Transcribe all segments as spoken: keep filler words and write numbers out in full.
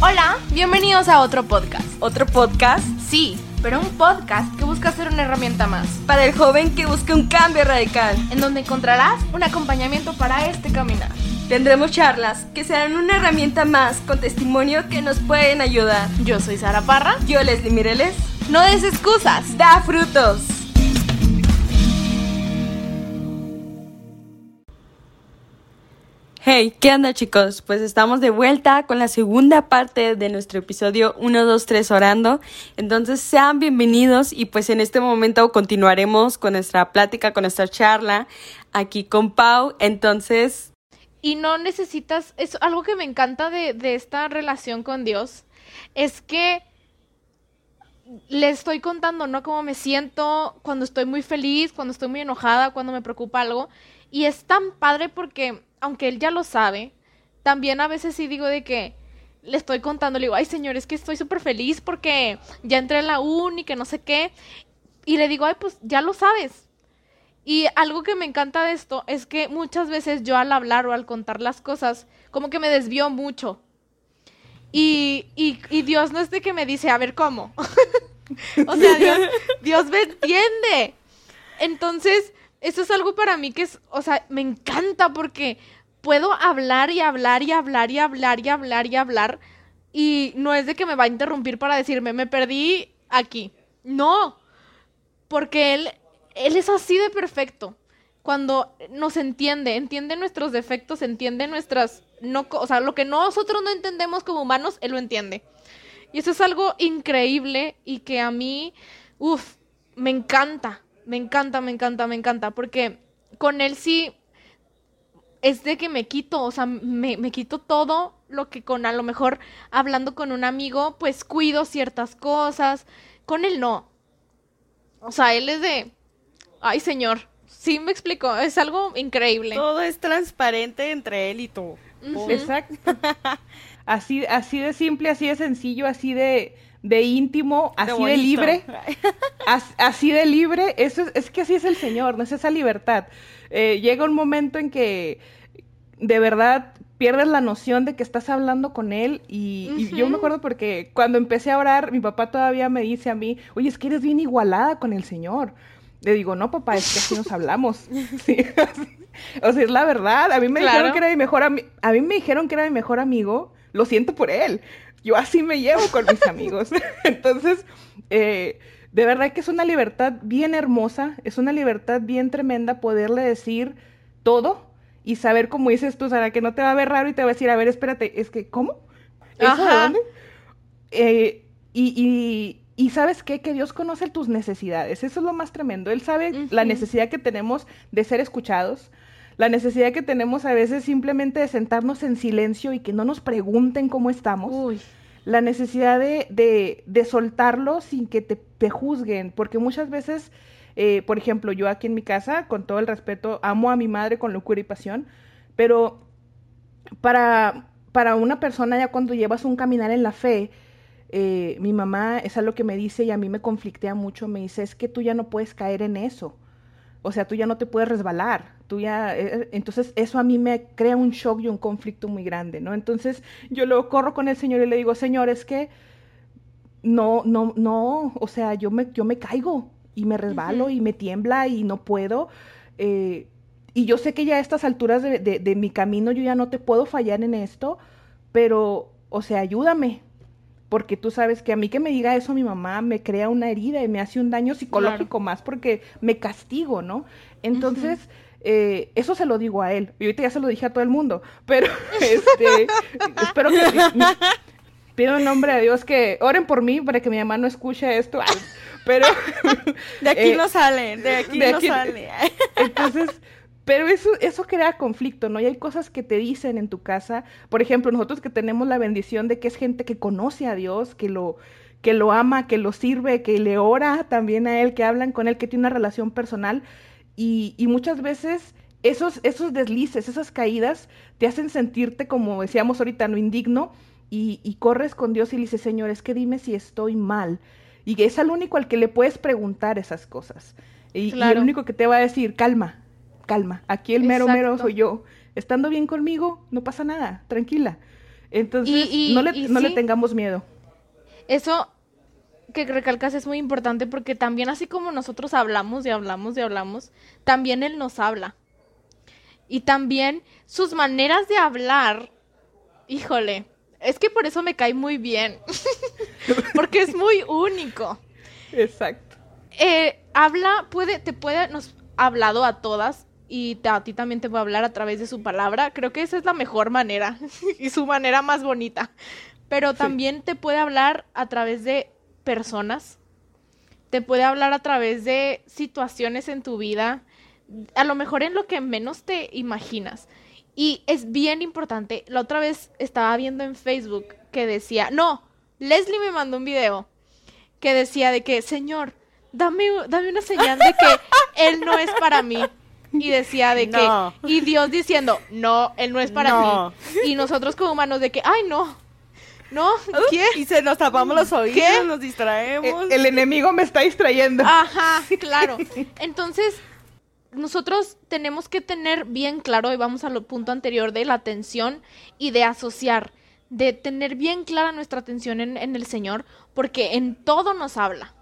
Hola, bienvenidos a otro podcast. ¿Otro podcast? Sí, pero un podcast que busca ser una herramienta más para el joven que busca un cambio radical, en donde encontrarás un acompañamiento para este caminar. Tendremos charlas que serán una herramienta más con testimonio que nos pueden ayudar. Yo soy Sara Parra. Yo Leslie Mireles. No des excusas, da frutos. Hey, ¿qué onda, chicos? Pues estamos de vuelta con la segunda parte de nuestro episodio uno, dos, tres Orando. Entonces sean bienvenidos y pues en este momento continuaremos con nuestra plática, con nuestra charla aquí con Pau. Entonces... Y no necesitas, es algo que me encanta de, de esta relación con Dios, es que le estoy contando, ¿no? Cómo me siento cuando estoy muy feliz, cuando estoy muy enojada, cuando me preocupa algo. Y es tan padre porque, aunque él ya lo sabe, también a veces sí digo de que le estoy contando, le digo, ay, señor, es que estoy súper feliz porque ya entré en la uni, que no sé qué. Y le digo, ay, pues ya lo sabes. Y algo que me encanta de esto es que muchas veces yo al hablar o al contar las cosas, como que me desvío mucho. Y, y, y Dios no es de que me dice, a ver, ¿cómo? O sea, Dios, Dios me entiende. Entonces, eso es algo para mí que es, o sea, me encanta porque puedo hablar y hablar y hablar y hablar y hablar y hablar y no es de que me va a interrumpir para decirme, me perdí aquí. No, porque Él, él es así de perfecto. Cuando nos entiende, entiende nuestros defectos, entiende nuestras, no, o sea, lo que nosotros no entendemos como humanos, Él lo entiende. Y eso es algo increíble y que a mí, uff, me encanta. Me encanta, me encanta, me encanta, porque con él sí es de que me quito, o sea, me, me quito todo lo que con a lo mejor hablando con un amigo, pues cuido ciertas cosas. Con él no. O sea, él es de, ay, señor, sí me explico, es algo increíble. Todo es transparente entre él y tú. Uh-huh. Exacto. Así, así de simple, así de sencillo, así de... de íntimo, así de, de libre, as, así de libre, eso es, es que así es el Señor, no es esa libertad. Eh, llega un momento en que de verdad pierdes la noción de que estás hablando con Él y, uh-huh. y yo me acuerdo porque cuando empecé a orar, mi papá todavía me dice a mí, oye, es que eres bien igualada con el Señor. Le digo, no, papá, es que así nos hablamos. Sí, o sea, es la verdad, a mí me claro. dijeron que era mi mejor ami- a mí me dijeron que era mi mejor amigo, lo siento por él. Yo así me llevo con mis amigos. Entonces, eh, de verdad que es una libertad bien hermosa, es una libertad bien tremenda poderle decir todo y saber, como dices tú, Sara, que no te va a ver raro y te va a decir, a ver, espérate, es que, ¿cómo? ¿Eso de dónde? Eh, y, y, y ¿sabes qué? Que Dios conoce tus necesidades, eso es lo más tremendo. Él sabe uh-huh. la necesidad que tenemos de ser escuchados, la necesidad que tenemos a veces simplemente de sentarnos en silencio y que no nos pregunten cómo estamos. Uy. La necesidad de, de, de soltarlo sin que te, te juzguen, porque muchas veces, eh, por ejemplo, yo aquí en mi casa, con todo el respeto, amo a mi madre con locura y pasión, pero para, para una persona ya cuando llevas un caminar en la fe, eh, mi mamá es algo que me dice y a mí me conflictea mucho, me dice, es que tú ya no puedes caer en eso. O sea, tú ya no te puedes resbalar, tú ya, eh, entonces eso a mí me crea un shock y un conflicto muy grande, ¿no? Entonces yo luego corro con el Señor y le digo, Señor, es que no, no, no, o sea, yo me, yo me caigo y me resbalo uh-huh. y me tiembla y no puedo, eh, y yo sé que ya a estas alturas de, de, de mi camino yo ya no te puedo fallar en esto, pero, o sea, ayúdame. Porque tú sabes que a mí que me diga eso mi mamá me crea una herida y me hace un daño psicológico claro. más porque me castigo, ¿no? Entonces, uh-huh. eh, eso se lo digo a él. Y ahorita ya se lo dije a todo el mundo. Pero, este, espero que... Pido en nombre de Dios que oren por mí para que mi mamá no escuche esto. Pero... De aquí eh, no sale, de aquí de no aquí, sale. Entonces... Pero eso, eso crea conflicto, ¿no? Y hay cosas que te dicen en tu casa. Por ejemplo, nosotros que tenemos la bendición de que es gente que conoce a Dios, que lo, que lo ama, que lo sirve, que le ora también a Él, que hablan con Él, que tiene una relación personal. Y, y muchas veces esos, esos deslices, esas caídas, te hacen sentirte, como decíamos ahorita, no indigno. Y, y corres con Dios y le dices, Señor, es que dime si estoy mal. Y es al único al que le puedes preguntar esas cosas. Y, claro. y el único que te va a decir, calma. Calma, aquí el mero Exacto. mero soy yo. Estando bien conmigo, no pasa nada, tranquila. Entonces, Y- y- no, le, y no le sí. tengamos miedo. Eso que recalcas es muy importante porque también así como nosotros hablamos y hablamos y hablamos, también Él nos habla. Y también sus maneras de hablar, híjole, es que por eso me cae muy bien, porque es muy único. Exacto. Eh, habla, puede, te puede, nos ha hablado a todas y te- a ti también te puede hablar a través de su palabra. Creo que esa es la mejor manera y su manera más bonita. Pero también te puede hablar a través de personas, te puede hablar a través de situaciones en tu vida, a lo mejor en lo que menos te imaginas. Y es bien importante. La otra vez estaba viendo en Facebook que decía, no, Leslie me mandó un video que decía de que, Señor, dame, dame una señal de que Él no es para mí. Y decía de No. que, y Dios diciendo, no, Él no es para No. mí. Y nosotros como humanos de que, ay, no, no, ¿qué? Y se nos tapamos los oídos, ¿Qué? nos distraemos. El, el enemigo me está distrayendo. Ajá, claro. Entonces, nosotros tenemos que tener bien claro, y vamos al punto anterior de la atención y de asociar, de tener bien clara nuestra atención en, en el Señor, porque en todo nos habla.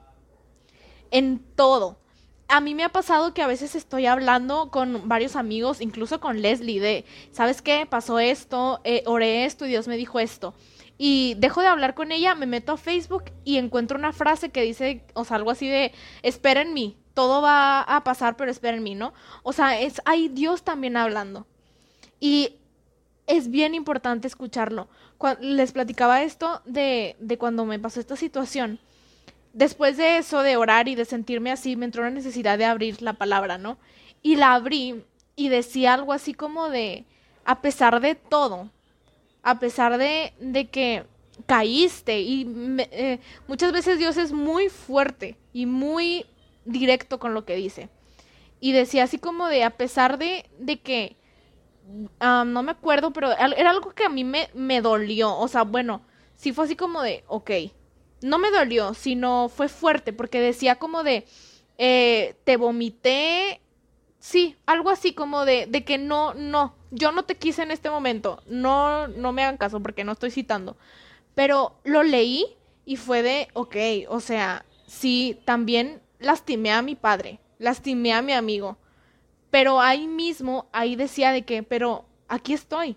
En todo. A mí me ha pasado que a veces estoy hablando con varios amigos, incluso con Leslie, de, ¿sabes qué? Pasó esto, eh, oré esto y Dios me dijo esto. Y dejo de hablar con ella, me meto a Facebook y encuentro una frase que dice, o sea, algo así de, espera en mí, todo va a pasar, pero espera en mí, ¿no? O sea, es ahí Dios también hablando. Y es bien importante escucharlo. Cua- les platicaba esto de, de cuando me pasó esta situación. Después de eso, de orar y de sentirme así, me entró la necesidad de abrir la palabra, ¿no? Y la abrí y decía algo así como de, a pesar de todo, a pesar de, de que caíste y me- eh, muchas veces Dios es muy fuerte y muy directo con lo que dice. Y decía así como de, a pesar de, de que, ah, no me acuerdo, pero al- era algo que a mí me, me dolió. O sea, bueno, sí fue así como de, ok, no me dolió, sino fue fuerte, porque decía como de, eh, te vomité, sí, algo así como de, de que no, no, yo no te quise en este momento, no, no me hagan caso porque no estoy citando, pero lo leí y fue de, ok, o sea, sí, también lastimé a mi padre, lastimé a mi amigo, pero ahí mismo, ahí decía de que, pero aquí estoy.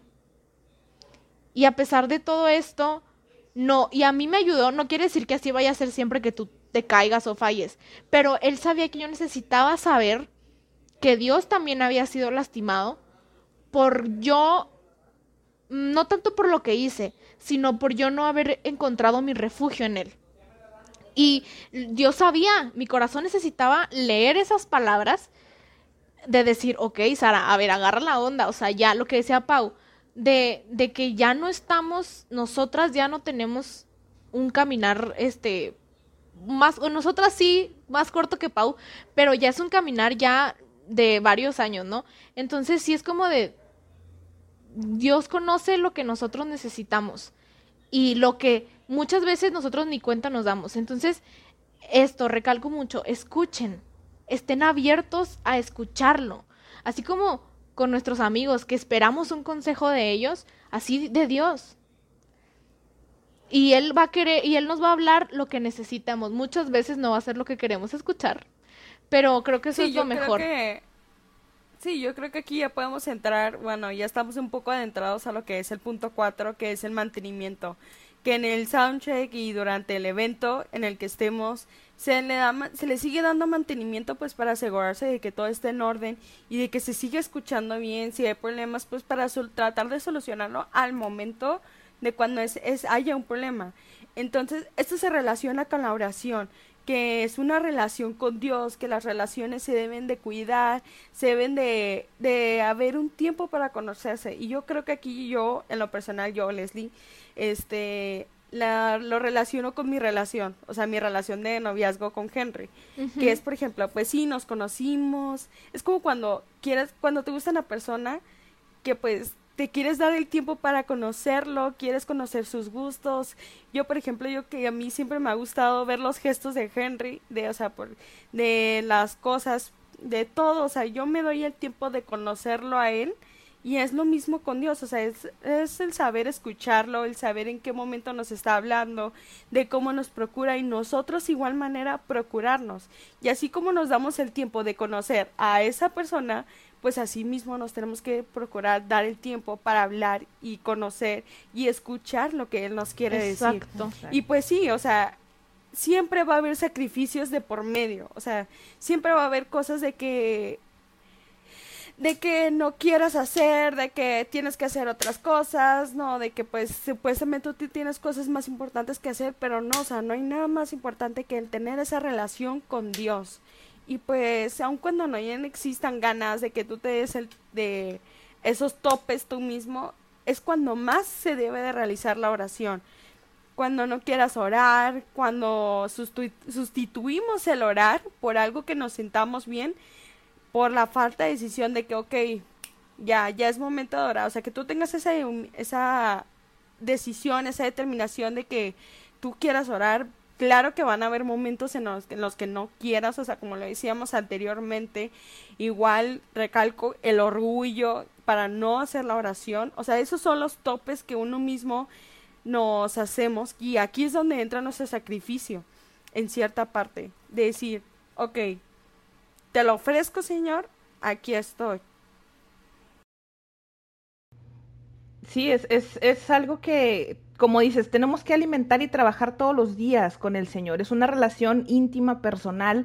Y a pesar de todo esto, no, y a mí me ayudó, no quiere decir que así vaya a ser siempre que tú te caigas o falles, pero él sabía que yo necesitaba saber que Dios también había sido lastimado por yo, no tanto por lo que hice, sino por yo no haber encontrado mi refugio en él. Y yo sabía, mi corazón necesitaba leer esas palabras de decir, ok, Sara, a ver, agarra la onda, o sea, ya lo que decía Pau, de, de que ya no estamos, nosotras ya no tenemos un caminar, este, más, o nosotras sí, más corto que Pau, pero ya es un caminar ya de varios años, ¿no? Entonces sí es como de, Dios conoce lo que nosotros necesitamos y lo que muchas veces nosotros ni cuenta nos damos. Entonces, esto, recalco mucho, escuchen, estén abiertos a escucharlo, así como con nuestros amigos que esperamos un consejo de ellos, así de Dios. Y él va a querer, y él nos va a hablar lo que necesitamos. Muchas veces no va a ser lo que queremos escuchar, pero creo que eso Sí, es lo yo creo mejor. que Sí, yo creo que aquí ya podemos entrar, bueno, ya estamos un poco adentrados a lo que es el punto cuatro, que es el mantenimiento, que en el soundcheck y durante el evento en el que estemos se le da, ma- se le sigue dando mantenimiento pues para asegurarse de que todo esté en orden y de que se siga escuchando bien, si hay problemas pues para sol- tratar de solucionarlo al momento de cuando es, es haya un problema. Entonces, esto se relaciona con la oración, que es una relación con Dios, que las relaciones se deben de cuidar, se deben de, de haber un tiempo para conocerse. Y yo creo que aquí yo, en lo personal, yo, Leslie, este, la, lo relaciono con mi relación, o sea, mi relación de noviazgo con Henry, Ujú. que es, por ejemplo, pues sí, nos conocimos, es como cuando quieres, cuando te gusta una persona, que pues te quieres dar el tiempo para conocerlo, quieres conocer sus gustos. Yo, por ejemplo, yo que a mí siempre me ha gustado ver los gestos de Henry, de, o sea, por, de las cosas, de todo, o sea, yo me doy el tiempo de conocerlo a él Y es lo mismo con Dios, o sea, es, es el saber escucharlo, el saber en qué momento nos está hablando, de cómo nos procura y nosotros igual manera procurarnos. Y así como nos damos el tiempo de conocer a esa persona, pues así mismo nos tenemos que procurar dar el tiempo para hablar y conocer y escuchar lo que Él nos quiere Exacto. decir. Y pues sí, o sea, siempre va a haber sacrificios de por medio, o sea, siempre va a haber cosas de que de que no quieras hacer, de que tienes que hacer otras cosas, no, de que pues supuestamente tú tienes cosas más importantes que hacer, pero no, o sea, no hay nada más importante que el tener esa relación con Dios. Y pues aun cuando no existan ganas de que tú te des el, de esos topes tú mismo, es cuando más se debe de realizar la oración. Cuando no quieras orar, cuando sustitu- sustituimos el orar por algo que nos sintamos bien, por la falta de decisión de que, ok, ya, ya es momento de orar. O sea, que tú tengas esa, esa decisión, esa determinación de que tú quieras orar. Claro que van a haber momentos en los, en los que no quieras, o sea, como lo decíamos anteriormente, igual recalco el orgullo para no hacer la oración. O sea, esos son los topes que uno mismo nos hacemos, y aquí es donde entra nuestro sacrificio, en cierta parte, de decir, ok, te lo ofrezco, Señor, aquí estoy. Sí, es, es, es algo que, como dices, tenemos que alimentar y trabajar todos los días con el Señor. Es una relación íntima, personal.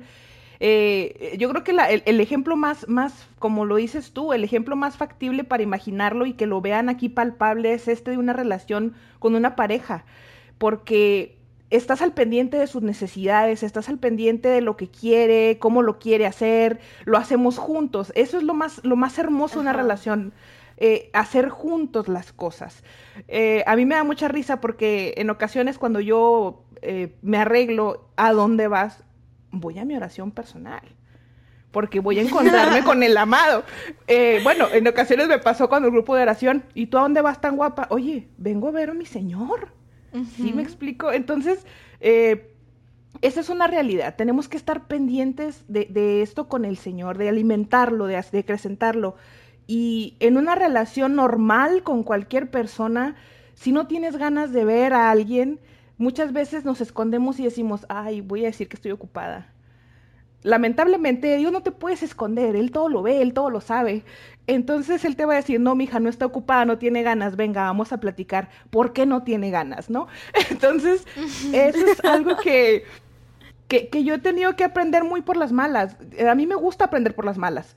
Eh, yo creo que la, el, el ejemplo más, más, como lo dices tú, el ejemplo más factible para imaginarlo y que lo vean aquí palpable es este de una relación con una pareja, porque estás al pendiente de sus necesidades, estás al pendiente de lo que quiere, cómo lo quiere hacer, lo hacemos juntos. Eso es lo más, lo más hermoso de una relación, eh, hacer juntos las cosas. Eh, a mí me da mucha risa porque en ocasiones cuando yo eh, me arreglo, ¿a dónde vas? Voy a mi oración personal, porque voy a encontrarme con el amado. Eh, bueno, en ocasiones me pasó con el grupo de oración, ¿y tú a dónde vas tan guapa? Oye, vengo a ver a mi Señor. Uh-huh. ¿Sí me explico? Entonces, eh, esa es una realidad. Tenemos que estar pendientes de, de esto con el Señor, de alimentarlo, de, de acrecentarlo. Y en una relación normal con cualquier persona, si no tienes ganas de ver a alguien, muchas veces nos escondemos y decimos, ay, voy a decir que estoy ocupada. Lamentablemente, Dios no te puedes esconder, Él todo lo ve, Él todo lo sabe. Entonces Él te va a decir, no, mija, no está ocupada, no tiene ganas, venga, vamos a platicar. ¿Por qué no tiene ganas, no? Entonces, eso es algo que, que, que yo he tenido que aprender muy por las malas. A mí me gusta aprender por las malas.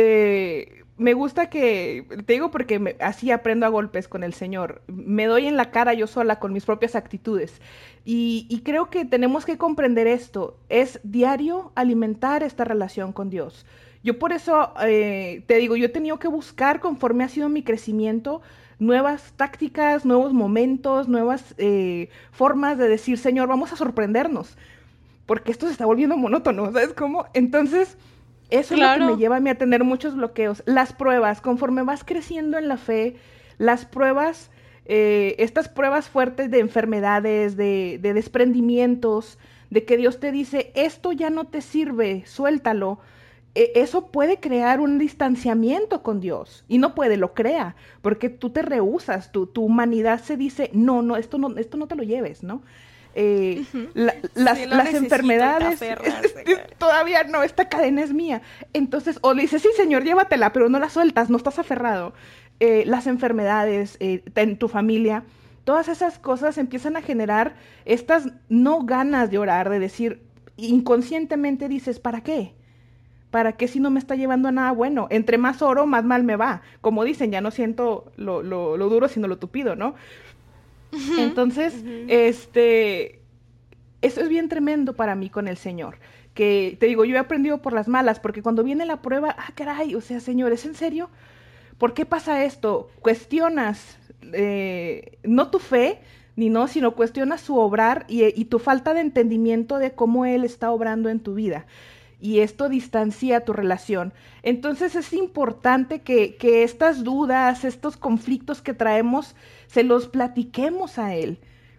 Eh, me gusta que, te digo porque me, así aprendo a golpes con el Señor. Me doy en la cara yo sola con mis propias actitudes. Y, y creo que tenemos que comprender esto. Es diario alimentar esta relación con Dios. Yo por eso, eh, te digo, yo he tenido que buscar, conforme ha sido mi crecimiento, nuevas tácticas, nuevos momentos, nuevas eh, formas de decir, Señor, vamos a sorprendernos. Porque esto se está volviendo monótono, ¿sabes cómo? Entonces, eso claro. Es lo que me lleva a mí a tener muchos bloqueos. Las pruebas, conforme vas creciendo en la fe, las pruebas... Eh, estas pruebas fuertes de enfermedades, de, de desprendimientos, de que Dios te dice, esto ya no te sirve, suéltalo, eh, eso puede crear un distanciamiento con Dios, y no puede, lo crea, porque tú te rehusas, tu, tu humanidad se dice, no, no, esto no, esto no te lo lleves, ¿no? Eh, uh-huh. la, las, sí, las enfermedades, todavía no, esta cadena es mía, entonces, o le dices, sí señor, llévatela, pero no la sueltas, no estás aferrado. Eh, las enfermedades eh, en tu familia, todas esas cosas empiezan a generar estas no ganas de orar, de decir, inconscientemente dices, ¿para qué? ¿Para qué si no me está llevando a nada bueno? Entre más oro, más mal me va. Como dicen, ya no siento lo, lo, lo duro, sino lo tupido, ¿no? Uh-huh. Entonces, uh-huh. este, eso es bien tremendo para mí con el Señor. Que, te digo, yo he aprendido por las malas, porque cuando viene la prueba, ah, caray, o sea, Señor, ¿es en serio? ¿Por qué pasa esto? Cuestionas eh, no tu fe, ni no, sino cuestionas su obrar y, y tu falta de entendimiento de cómo Él está obrando en tu vida. Y esto distancia tu relación. Entonces es importante que, que estas dudas, estos conflictos que traemos, se los platiquemos a Él.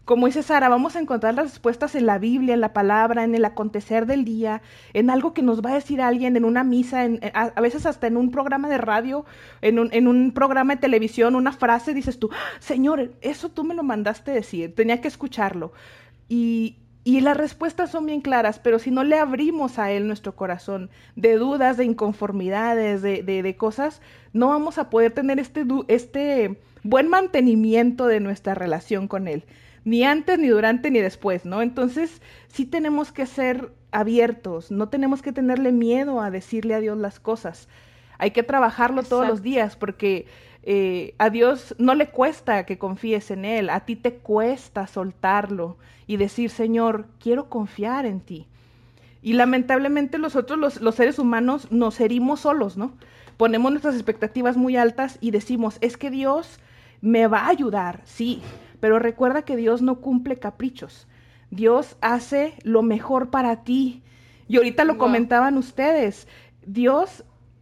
como dice Sara, vamos a encontrar las respuestas en la Biblia, en la palabra, en el acontecer del día, en algo que nos va a decir alguien, en una misa, en, a, a veces hasta en un programa de radio, en un, en un programa de televisión, una frase, dices tú, Señor, eso tú me lo mandaste decir, tenía que escucharlo. Y, y las respuestas son bien claras, pero si no le abrimos a Él nuestro corazón de dudas, de inconformidades, de, de, de cosas, no vamos a poder tener este, este buen mantenimiento de nuestra relación con Él. Ni antes, ni durante, ni después, ¿no? Entonces, sí tenemos que ser abiertos, no tenemos que tenerle miedo a decirle a Dios las cosas. Hay que trabajarlo Exacto. todos los días, porque eh, a Dios no le cuesta que confíes en Él, a ti te cuesta soltarlo y decir, Señor, quiero confiar en ti. Y lamentablemente nosotros, los, los seres humanos, nos herimos solos, ¿no? Ponemos nuestras expectativas muy altas y decimos, es que Dios me va a ayudar, sí, pero recuerda que Dios no cumple caprichos. Dios hace lo mejor para ti. Y ahorita lo wow. comentaban ustedes. Dios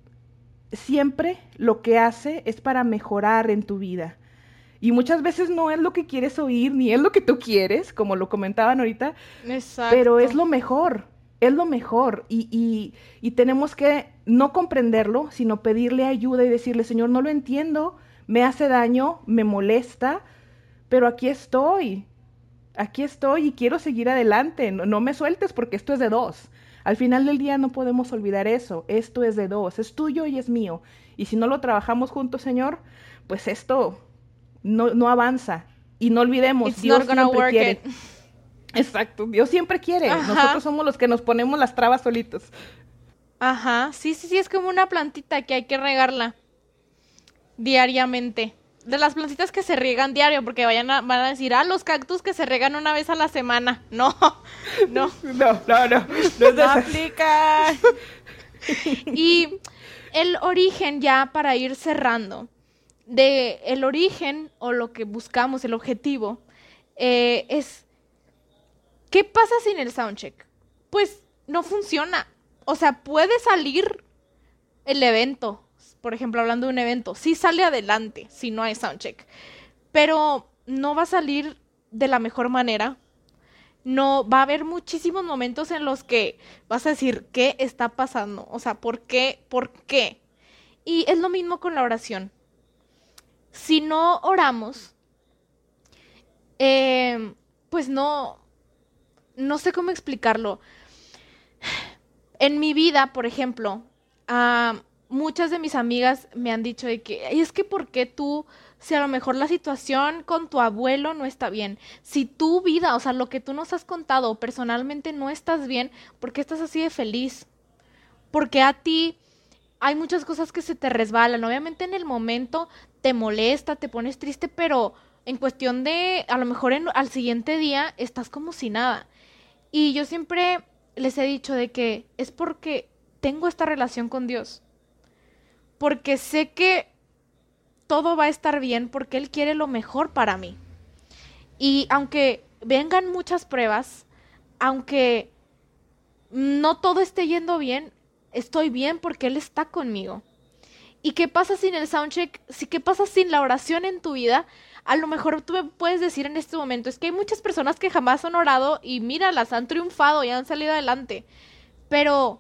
siempre lo que hace es para mejorar en tu vida. Y muchas veces no es lo que quieres oír, ni es lo que tú quieres, como lo comentaban ahorita. Exacto. Pero es lo mejor, es lo mejor. Y, y, y tenemos que no comprenderlo, sino pedirle ayuda y decirle, Señor, no lo entiendo, me hace daño, me molesta, pero aquí estoy, aquí estoy y quiero seguir adelante, no, no me sueltes porque esto es de dos. Al final del día no podemos olvidar eso, esto es de dos, es tuyo y es mío. Y si no lo trabajamos juntos, Señor, pues esto no, no avanza. Y no olvidemos, It's Dios siempre quiere. It. Exacto, Dios siempre quiere, Ajá. nosotros somos los que nos ponemos las trabas solitos. Ajá, sí, sí, sí, es como una plantita que hay que regarla diariamente. De las plantitas que se riegan diario, porque vayan a, van a decir, ah, los cactus que se riegan una vez a la semana. No, no. No, no, no. No, no aplica. Y el origen, ya para ir cerrando, de el origen o lo que buscamos, el objetivo, eh, es, ¿qué pasa sin el soundcheck? Pues no funciona. O sea, puede salir el evento. Por ejemplo, hablando de un evento, sí sale adelante si no hay soundcheck, pero no va a salir de la mejor manera. No, va a haber muchísimos momentos en los que vas a decir, ¿qué está pasando? O sea, ¿por qué? ¿Por qué? Y es lo mismo con la oración. Si no oramos, eh, pues no, no sé cómo explicarlo. En mi vida, por ejemplo, uh, muchas de mis amigas me han dicho de que, es que ¿por qué tú, si a lo mejor la situación con tu abuelo no está bien, si tu vida, o sea, lo que tú nos has contado personalmente no estás bien, ¿por qué estás así de feliz? Porque a ti hay muchas cosas que se te resbalan, obviamente en el momento te molesta, te pones triste, pero en cuestión de, a lo mejor en, al siguiente día estás como si nada. Y yo siempre les he dicho de que es porque tengo esta relación con Dios. Porque sé que todo va a estar bien porque Él quiere lo mejor para mí. Y aunque vengan muchas pruebas, aunque no todo esté yendo bien, estoy bien porque Él está conmigo. ¿Y qué pasa sin el soundcheck? Si, ¿Qué pasa sin la oración en tu vida? A lo mejor tú me puedes decir en este momento, es que hay muchas personas que jamás han orado y mira, las han triunfado y han salido adelante. Pero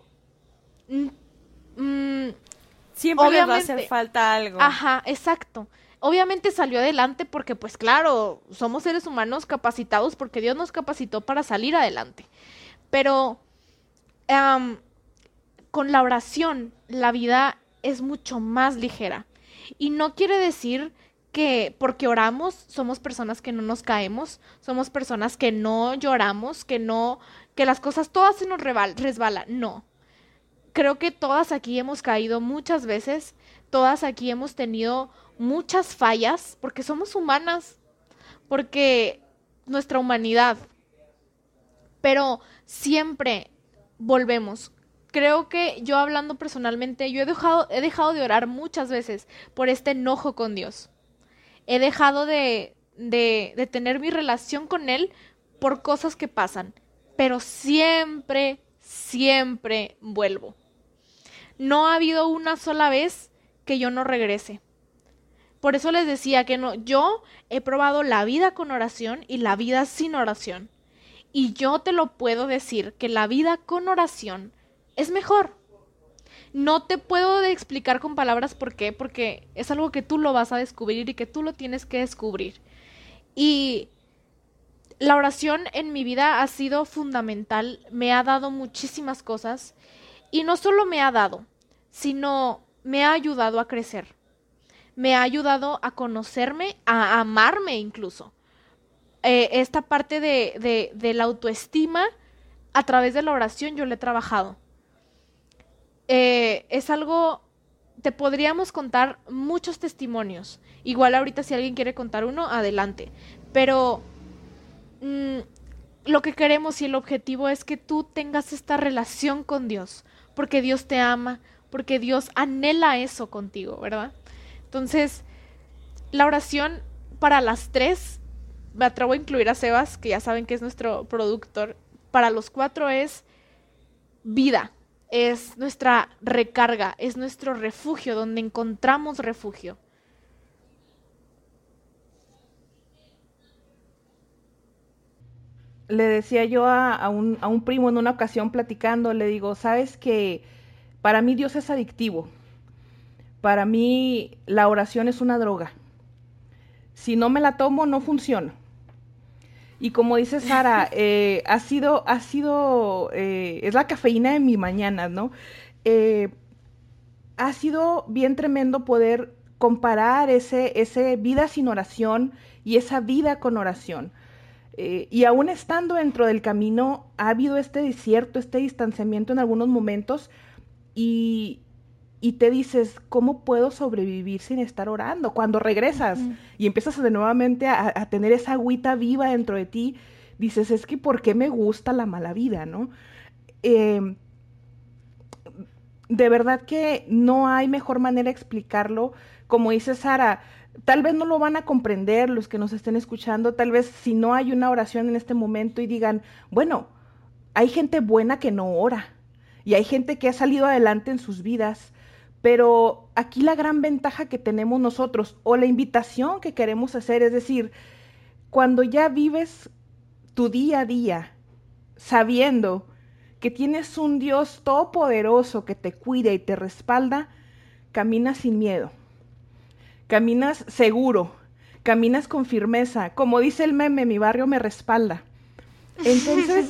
Mmm, siempre les va a hacer falta algo. Ajá, exacto. Obviamente salió adelante porque, pues claro, somos seres humanos capacitados porque Dios nos capacitó para salir adelante. Pero um, con la oración, la vida es mucho más ligera. Y no quiere decir que porque oramos somos personas que no nos caemos, somos personas que no lloramos, que no, que las cosas todas se nos resbalan. No. Creo que todas aquí hemos caído muchas veces, todas aquí hemos tenido muchas fallas, porque somos humanas, porque nuestra humanidad, pero siempre volvemos. Creo que yo hablando personalmente, yo he dejado, he dejado de orar muchas veces por este enojo con Dios. He dejado de, de, de tener mi relación con Él por cosas que pasan, pero siempre, siempre vuelvo. No ha habido una sola vez que yo no regrese. Por eso les decía que no, yo he probado la vida con oración y la vida sin oración. Y yo te lo puedo decir que la vida con oración es mejor. No te puedo explicar con palabras por qué, porque es algo que tú lo vas a descubrir y que tú lo tienes que descubrir. Y la oración en mi vida ha sido fundamental, me ha dado muchísimas cosas y no solo me ha dado, sino me ha ayudado a crecer. Me ha ayudado a conocerme, a amarme incluso. Eh, esta parte de, de, de la autoestima, a través de la oración yo la he trabajado. Eh, es algo, te podríamos contar muchos testimonios. Igual ahorita si alguien quiere contar uno, adelante. Pero mmm, lo que queremos y el objetivo es que tú tengas esta relación con Dios, porque Dios te ama, porque Dios anhela eso contigo, ¿verdad? Entonces, la oración para las tres, me atrevo a incluir a Sebas, que ya saben que es nuestro productor, para los cuatro es vida, es nuestra recarga, es nuestro refugio, donde encontramos refugio. Le decía yo a, a, un, a un primo en una ocasión platicando, le digo, sabes que para mí Dios es adictivo. Para mí la oración es una droga. Si no me la tomo, no funciona. Y como dice Sara, eh, ha sido, ha sido, eh, es la cafeína de mi mañana, ¿no? Eh, ha sido bien tremendo poder comparar ese, ese vida sin oración y esa vida con oración. Eh, y aún estando dentro del camino, ha habido este desierto, este distanciamiento en algunos momentos y... y te dices, ¿cómo puedo sobrevivir sin estar orando? Cuando regresas uh-huh. y empiezas de nuevamente a, a tener esa agüita viva dentro de ti, dices, es que ¿por qué me gusta la mala vida, no? Eh, de verdad que no hay mejor manera de explicarlo. Como dice Sara, tal vez no lo van a comprender los que nos estén escuchando, tal vez si no hay una oración en este momento y digan, bueno, hay gente buena que no ora y hay gente que ha salido adelante en sus vidas. Pero aquí la gran ventaja que tenemos nosotros, o la invitación que queremos hacer, es decir, cuando ya vives tu día a día, sabiendo que tienes un Dios todopoderoso que te cuida y te respalda, caminas sin miedo, caminas seguro, caminas con firmeza. Como dice el meme, mi barrio me respalda. Entonces,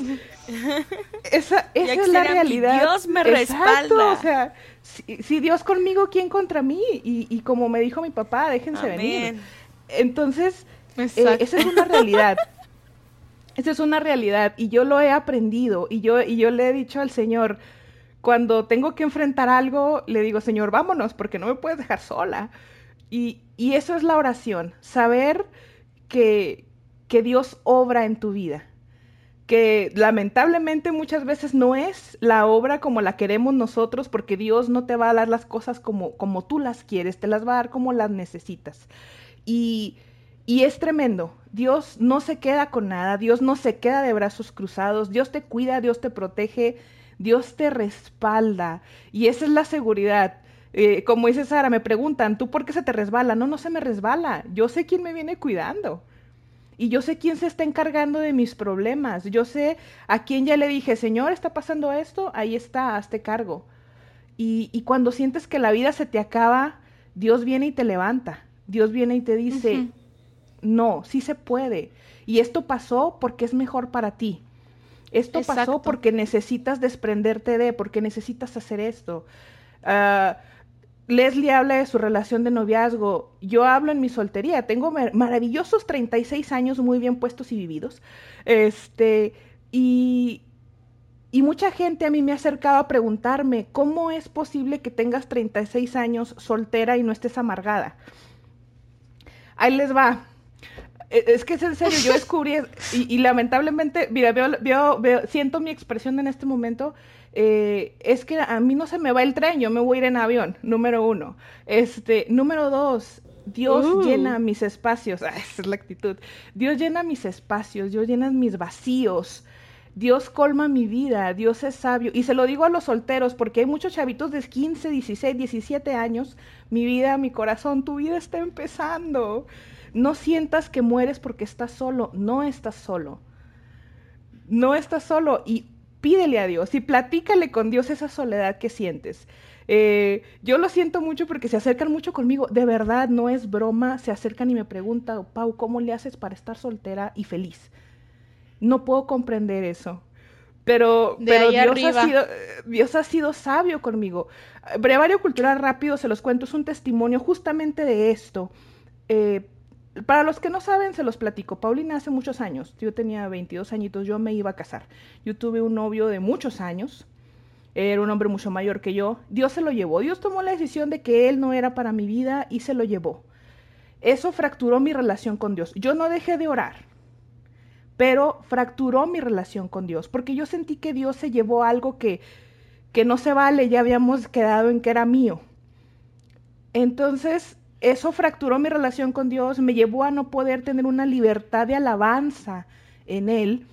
esa, esa es la realidad. Dios me Exacto, respalda. O sea, si, si Dios conmigo, ¿quién contra mí? Y, y como me dijo mi papá, déjense Amén. venir. Entonces, eh, esa es una realidad. Esa es una realidad. Y yo lo he aprendido. Y yo, y yo le he dicho al Señor, cuando tengo que enfrentar algo, le digo, Señor, vámonos, porque no me puedes dejar sola. Y, y eso es la oración. Saber que, que Dios obra en tu vida. Que lamentablemente muchas veces no es la obra como la queremos nosotros, porque Dios no te va a dar las cosas como, como tú las quieres, te las va a dar como las necesitas. Y, y es tremendo, Dios no se queda con nada, Dios no se queda de brazos cruzados, Dios te cuida, Dios te protege, Dios te respalda, y esa es la seguridad. Eh, como dice Sara, me preguntan, ¿tú por qué se te resbala? No, no se me resbala, yo sé quién me viene cuidando. Y yo sé quién se está encargando de mis problemas. Yo sé a quién ya le dije, Señor, ¿está pasando esto? Ahí está, hazte cargo. Y, y cuando sientes que la vida se te acaba, Dios viene y te levanta. Dios viene y te dice, uh-huh. no, sí se puede. Y esto pasó porque es mejor para ti. Esto Exacto. pasó porque necesitas desprenderte de, porque necesitas hacer esto. Uh, Leslie habla de su relación de noviazgo, yo hablo en mi soltería, tengo mar- maravillosos treinta y seis años muy bien puestos y vividos, este, y, y mucha gente a mí me ha acercado a preguntarme, ¿cómo es posible que tengas treinta y seis años soltera y no estés amargada? Ahí les va. Es que es en serio, yo descubrí, y, y lamentablemente, mira, veo, veo, veo, siento mi expresión en este momento, eh, es que a mí no se me va el tren, yo me voy a ir en avión, número uno. Este, número dos, Dios uh. llena mis espacios, ah, esa es la actitud, Dios llena mis espacios, Dios llena mis vacíos, Dios colma mi vida, Dios es sabio. Y se lo digo a los solteros, porque hay muchos chavitos de quince, dieciséis, diecisiete años. Mi vida, mi corazón, tu vida está empezando. No sientas que mueres porque estás solo, no estás solo. No estás solo y pídele a Dios y platícale con Dios esa soledad que sientes. Eh, yo lo siento mucho porque se acercan mucho conmigo, de verdad, no es broma, se acercan y me preguntan, Pau, ¿cómo le haces para estar soltera y feliz? No puedo comprender eso. Pero, De pero ahí Dios, arriba. ha sido, Dios ha sido sabio conmigo. Brevario Cultural rápido, se los cuento, es un testimonio justamente de esto. Eh, para los que no saben, se los platico. Paulina hace muchos años, yo tenía veintidós añitos, yo me iba a casar. Yo tuve un novio de muchos años, era un hombre mucho mayor que yo. Dios se lo llevó, Dios tomó la decisión de que él no era para mi vida y se lo llevó. Eso fracturó mi relación con Dios. Yo no dejé de orar, pero fracturó mi relación con Dios, porque yo sentí que Dios se llevó algo que, que no se vale, ya habíamos quedado en que era mío. Entonces, eso fracturó mi relación con Dios, me llevó a no poder tener una libertad de alabanza en Él,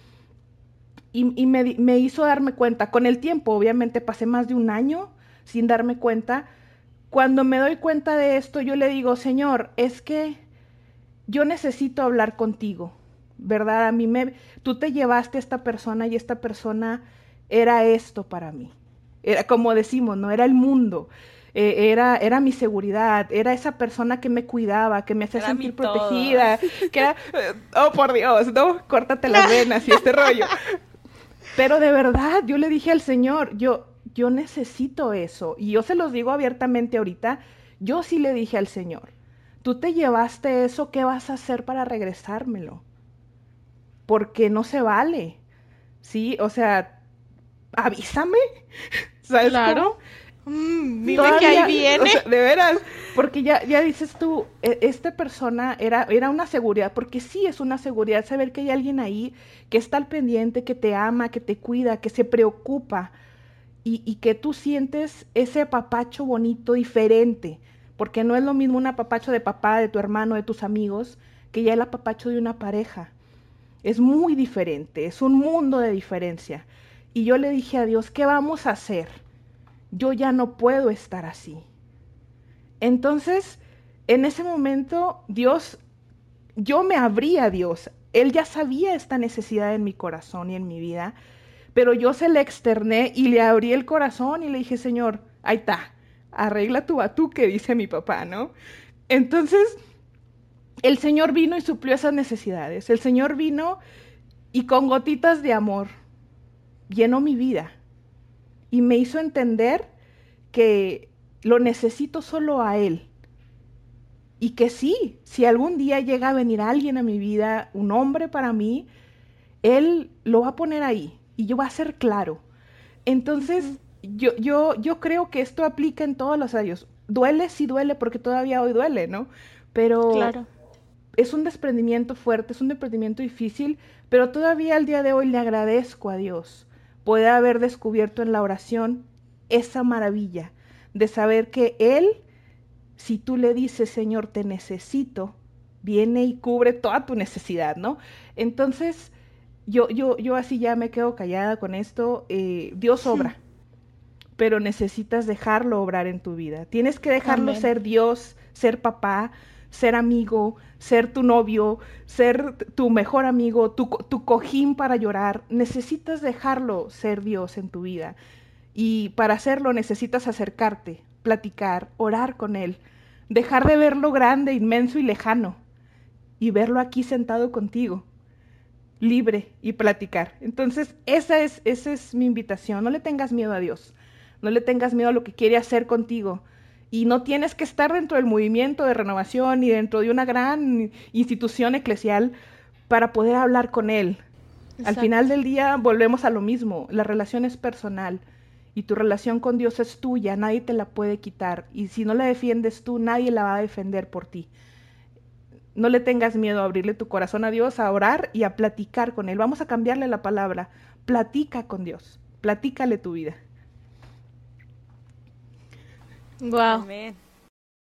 y, y me, me hizo darme cuenta, con el tiempo, obviamente pasé más de un año sin darme cuenta. Cuando me doy cuenta de esto, yo le digo, Señor, es que yo necesito hablar contigo, ¿verdad? A mí me, tú te llevaste a esta persona y esta persona era esto para mí. Era como decimos, ¿no? Era el mundo, eh, era, era mi seguridad, era esa persona que me cuidaba, que me hacía Era sentir mi todo. protegida, que era, eh, oh por Dios, ¿no? Córtate las venas y este rollo. Pero de verdad, yo le dije al Señor, yo, yo necesito eso. Y yo se los digo abiertamente ahorita, yo sí le dije al Señor, tú te llevaste eso, ¿qué vas a hacer para regresármelo? Porque no se vale, ¿sí? O sea, avísame, ¿sabes Claro. cómo? Mm, dime Todavía, que ahí viene. o sea, de veras, porque ya, ya dices tú, e- esta persona era, era una seguridad, porque sí es una seguridad saber que hay alguien ahí que está al pendiente, que te ama, que te cuida, que se preocupa y, y que tú sientes ese apapacho bonito, diferente, porque no es lo mismo un apapacho de papá, de tu hermano, de tus amigos, que ya el apapacho de una pareja. Es muy diferente, es un mundo de diferencia. Y yo le dije a Dios, ¿qué vamos a hacer? Yo ya no puedo estar así. Entonces, en ese momento, Dios, yo me abrí a Dios. Él ya sabía esta necesidad en mi corazón y en mi vida, pero yo se le externé y le abrí el corazón y le dije, Señor, ahí está, arregla tu batuque, dice mi papá, ¿no? Entonces, el Señor vino y suplió esas necesidades. El Señor vino y con gotitas de amor llenó mi vida y me hizo entender que lo necesito solo a Él. Y que sí, si algún día llega a venir alguien a mi vida, un hombre para mí, Él lo va a poner ahí y yo va a ser claro. Entonces, uh-huh. yo, yo, yo creo que esto aplica en todos los años. Duele, sí duele, porque todavía hoy duele, ¿no? Pero Claro. Es un desprendimiento fuerte, es un desprendimiento difícil, pero todavía al día de hoy le agradezco a Dios poder haber descubierto en la oración esa maravilla de saber que Él, si tú le dices, Señor, te necesito, viene y cubre toda tu necesidad, ¿no? Entonces, yo, yo, yo así ya me quedo callada con esto. Eh, Dios obra, sí. Pero necesitas dejarlo obrar en tu vida. Tienes que dejarlo Amén. Ser Dios, ser papá, ser amigo, ser tu novio, ser tu mejor amigo, tu, tu cojín para llorar. Necesitas dejarlo ser Dios en tu vida. Y para hacerlo necesitas acercarte, platicar, orar con Él, dejar de verlo grande, inmenso y lejano y verlo aquí sentado contigo, libre y platicar. Entonces, esa es, esa es mi invitación. No le tengas miedo a Dios, no le tengas miedo a lo que quiere hacer contigo. Y no tienes que estar dentro del movimiento de renovación ni dentro de una gran institución eclesial para poder hablar con Él. Exacto. Al final del día volvemos a lo mismo, la relación es personal y tu relación con Dios es tuya, nadie te la puede quitar. Y si no la defiendes tú, nadie la va a defender por ti. No le tengas miedo a abrirle tu corazón a Dios, a orar y a platicar con Él. Vamos a cambiarle la palabra, platica con Dios, platícale tu vida. Wow. Amén.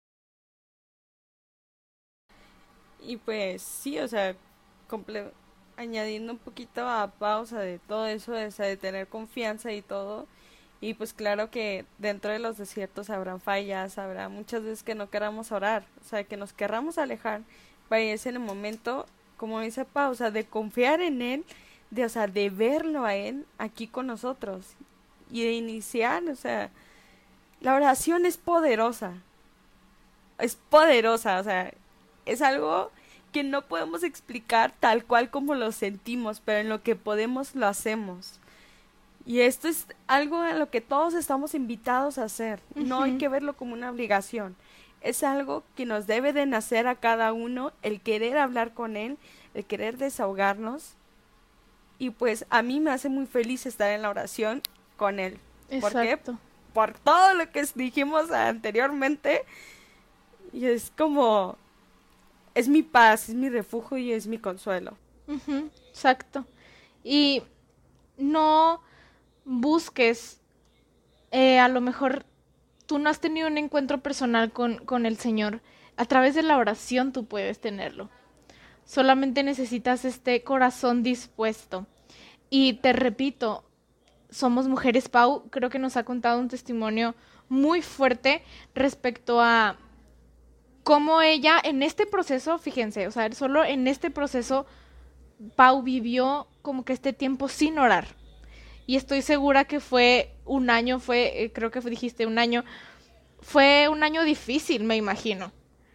Y pues sí, o sea, comple- añadiendo un poquito a pausa de todo eso, de, o sea, de tener confianza y todo. Y pues claro que dentro de los desiertos habrán fallas, habrá muchas veces que no queramos orar, o sea, que nos querramos alejar, pero es en el momento, como dice Pau, o sea, de confiar en Él, de, o sea, de verlo a Él aquí con nosotros y de iniciar, o sea, la oración es poderosa, es poderosa, o sea, es algo que no podemos explicar tal cual como lo sentimos, pero en lo que podemos lo hacemos. Y esto es algo a lo que todos estamos invitados a hacer. Uh-huh. No hay que verlo como una obligación. Es algo que nos debe de nacer a cada uno, el querer hablar con Él, el querer desahogarnos. Y pues a mí me hace muy feliz estar en la oración con Él. Exacto. ¿Por qué? Por todo lo que dijimos anteriormente. Y es como... es mi paz, es mi refugio y es mi consuelo. Uh-huh. Exacto. Y no... busques, eh, a lo mejor tú no has tenido un encuentro personal con, con el Señor, a través de la oración tú puedes tenerlo. Solamente necesitas este corazón dispuesto. Y te repito, somos mujeres. Pau creo que nos ha contado un testimonio muy fuerte respecto a cómo ella en este proceso, fíjense, o sea, solo en este proceso Pau vivió como que este tiempo sin orar. Y estoy segura que fue un año, fue, eh, creo que dijiste un año, fue un año difícil, me imagino.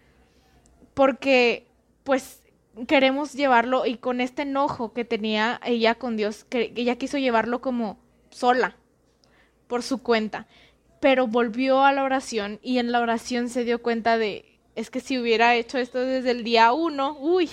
Porque, pues, queremos llevarlo, y con este enojo que tenía ella con Dios, que ella quiso llevarlo como sola, por su cuenta. Pero volvió a la oración, y en la oración se dio cuenta de, es que si hubiera hecho esto desde el día uno, uy.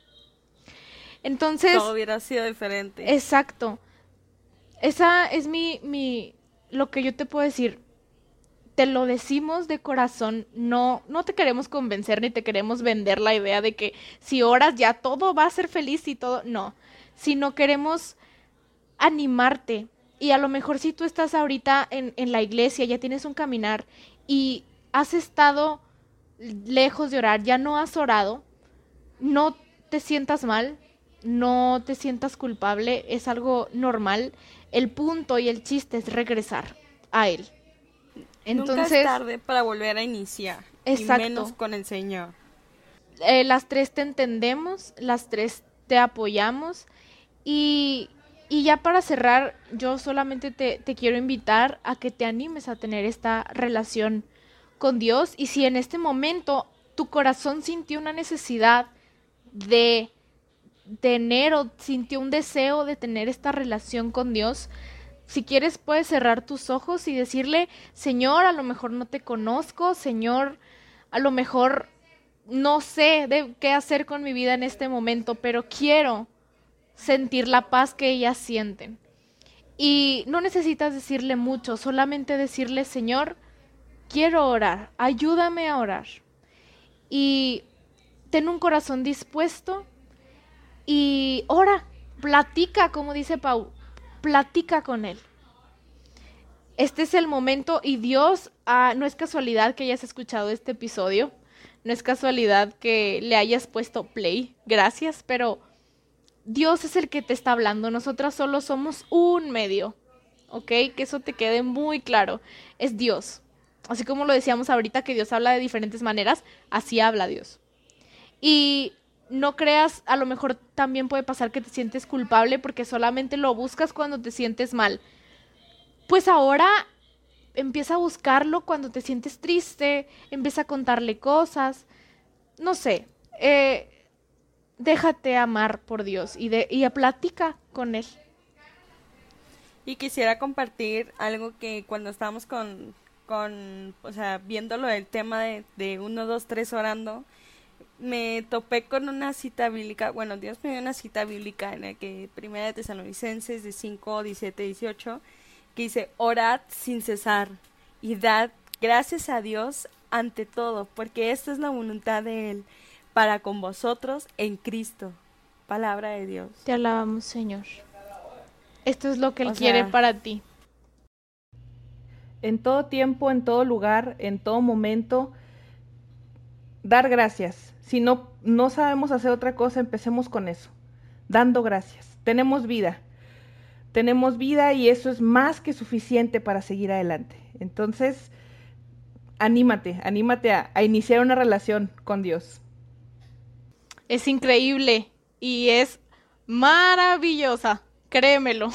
Entonces... todo hubiera sido diferente. Exacto. Esa es mi, mi, lo que yo te puedo decir. Te lo decimos de corazón, no, no te queremos convencer ni te queremos vender la idea de que si oras ya todo va a ser feliz y todo, no. Sino queremos animarte. Y a lo mejor si tú estás ahorita en, en la iglesia, ya tienes un caminar y has estado lejos de orar, ya no has orado, no te sientas mal, no te sientas culpable, es algo normal. El punto y el chiste es regresar a Él. Entonces, nunca es tarde para volver a iniciar. Exacto. Y menos con el Señor. Eh, las tres te entendemos, las tres te apoyamos. Y, y ya para cerrar, yo solamente te, te quiero invitar a que te animes a tener esta relación con Dios. Y si en este momento tu corazón sintió una necesidad de tener o sintió un deseo de tener esta relación con Dios, si quieres puedes cerrar tus ojos y decirle, Señor, a lo mejor no te conozco, Señor, a lo mejor no sé de qué hacer con mi vida en este momento, pero quiero sentir la paz que ellas sienten. Y no necesitas decirle mucho, solamente decirle, Señor, quiero orar, ayúdame a orar. Y ten un corazón dispuesto y ora, platica, como dice Pau, platica con Él. Este es el momento y Dios, ah, no es casualidad que hayas escuchado este episodio, no es casualidad que le hayas puesto play, gracias, pero Dios es el que te está hablando, nosotras solo somos un medio, ¿ok? Que eso te quede muy claro, es Dios. Así como lo decíamos ahorita que Dios habla de diferentes maneras, así habla Dios. Y no creas, a lo mejor también puede pasar que te sientes culpable porque solamente lo buscas cuando te sientes mal. Pues ahora empieza a buscarlo cuando te sientes triste, empieza a contarle cosas, no sé, eh, déjate amar por Dios y, de, y platica con Él. Y quisiera compartir algo que cuando estábamos con, con o sea, viéndolo el tema de, de uno, dos, tres orando, me topé con una cita bíblica, bueno, Dios me dio una cita bíblica en la que Primera de Tesalonicenses de cinco, diecisiete, dieciocho, que dice, orad sin cesar y dad gracias a Dios ante todo, porque esta es la voluntad de Él para con vosotros en Cristo. Palabra de Dios. Te alabamos, Señor. Esto es lo que Él O quiere sea, para ti. En todo tiempo, en todo lugar, en todo momento, dar gracias. Si no, no sabemos hacer otra cosa, empecemos con eso. dando gracias. Tenemos vida, tenemos vida y eso es más que suficiente para seguir adelante. Entonces, anímate, anímate a, a iniciar una relación con Dios. Es increíble y es maravillosa, créemelo.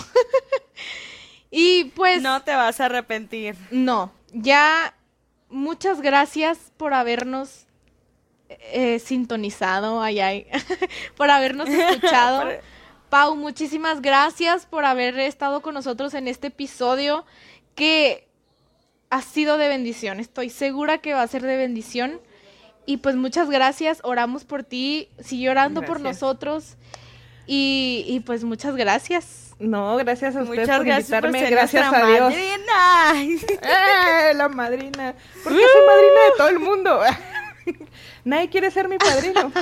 Y pues... No te vas a arrepentir. No, ya muchas gracias por habernos eh, sintonizado, ay, ay, por habernos escuchado. por... Pau, muchísimas gracias por haber estado con nosotros en este episodio que ha sido de bendición. Estoy segura que va a ser de bendición. Y pues muchas gracias, oramos por ti, sigue orando gracias. por nosotros y, y pues muchas gracias. No, gracias a ustedes muchas por gracias invitarme, por ser gracias a Dios. Madrina. ¡Eh, la madrina! ¿Por qué soy madrina de todo el mundo? Nadie quiere ser mi padrino.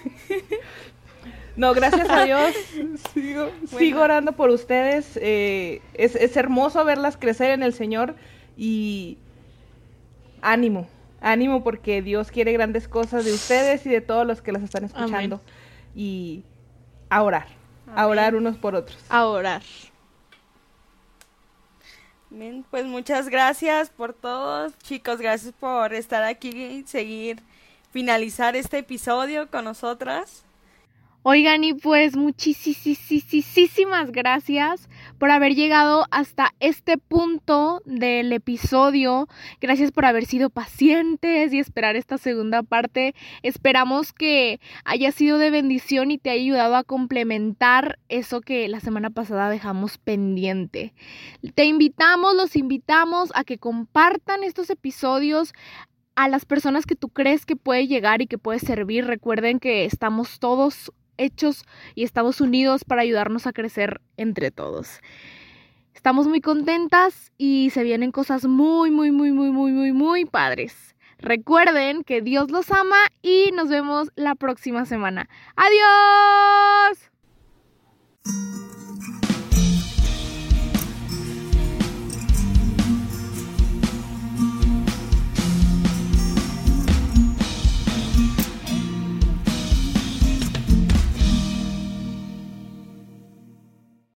No, gracias a Dios, sigo, bueno. sigo orando por ustedes, eh, es, es hermoso verlas crecer en el Señor y ánimo. Ánimo porque Dios quiere grandes cosas de ustedes y de todos los que las están escuchando. Amén. Y a orar, Amén. a orar unos por otros. A orar. Bien, pues muchas gracias por todos, chicos, gracias por estar aquí y seguir, finalizar este episodio con nosotras. Oigan, y pues muchísimas gracias por haber llegado hasta este punto del episodio. Gracias por haber sido pacientes y esperar esta segunda parte. Esperamos que haya sido de bendición y te haya ayudado a complementar eso que la semana pasada dejamos pendiente. Te invitamos, los invitamos a que compartan estos episodios a las personas que tú crees que puede llegar y que puede servir. Recuerden que estamos todos hechos y estamos unidos para ayudarnos a crecer entre todos. Estamos muy contentas y se vienen cosas muy, muy, muy, muy, muy, muy, muy padres. Recuerden que Dios los ama y nos vemos la próxima semana. ¡Adiós!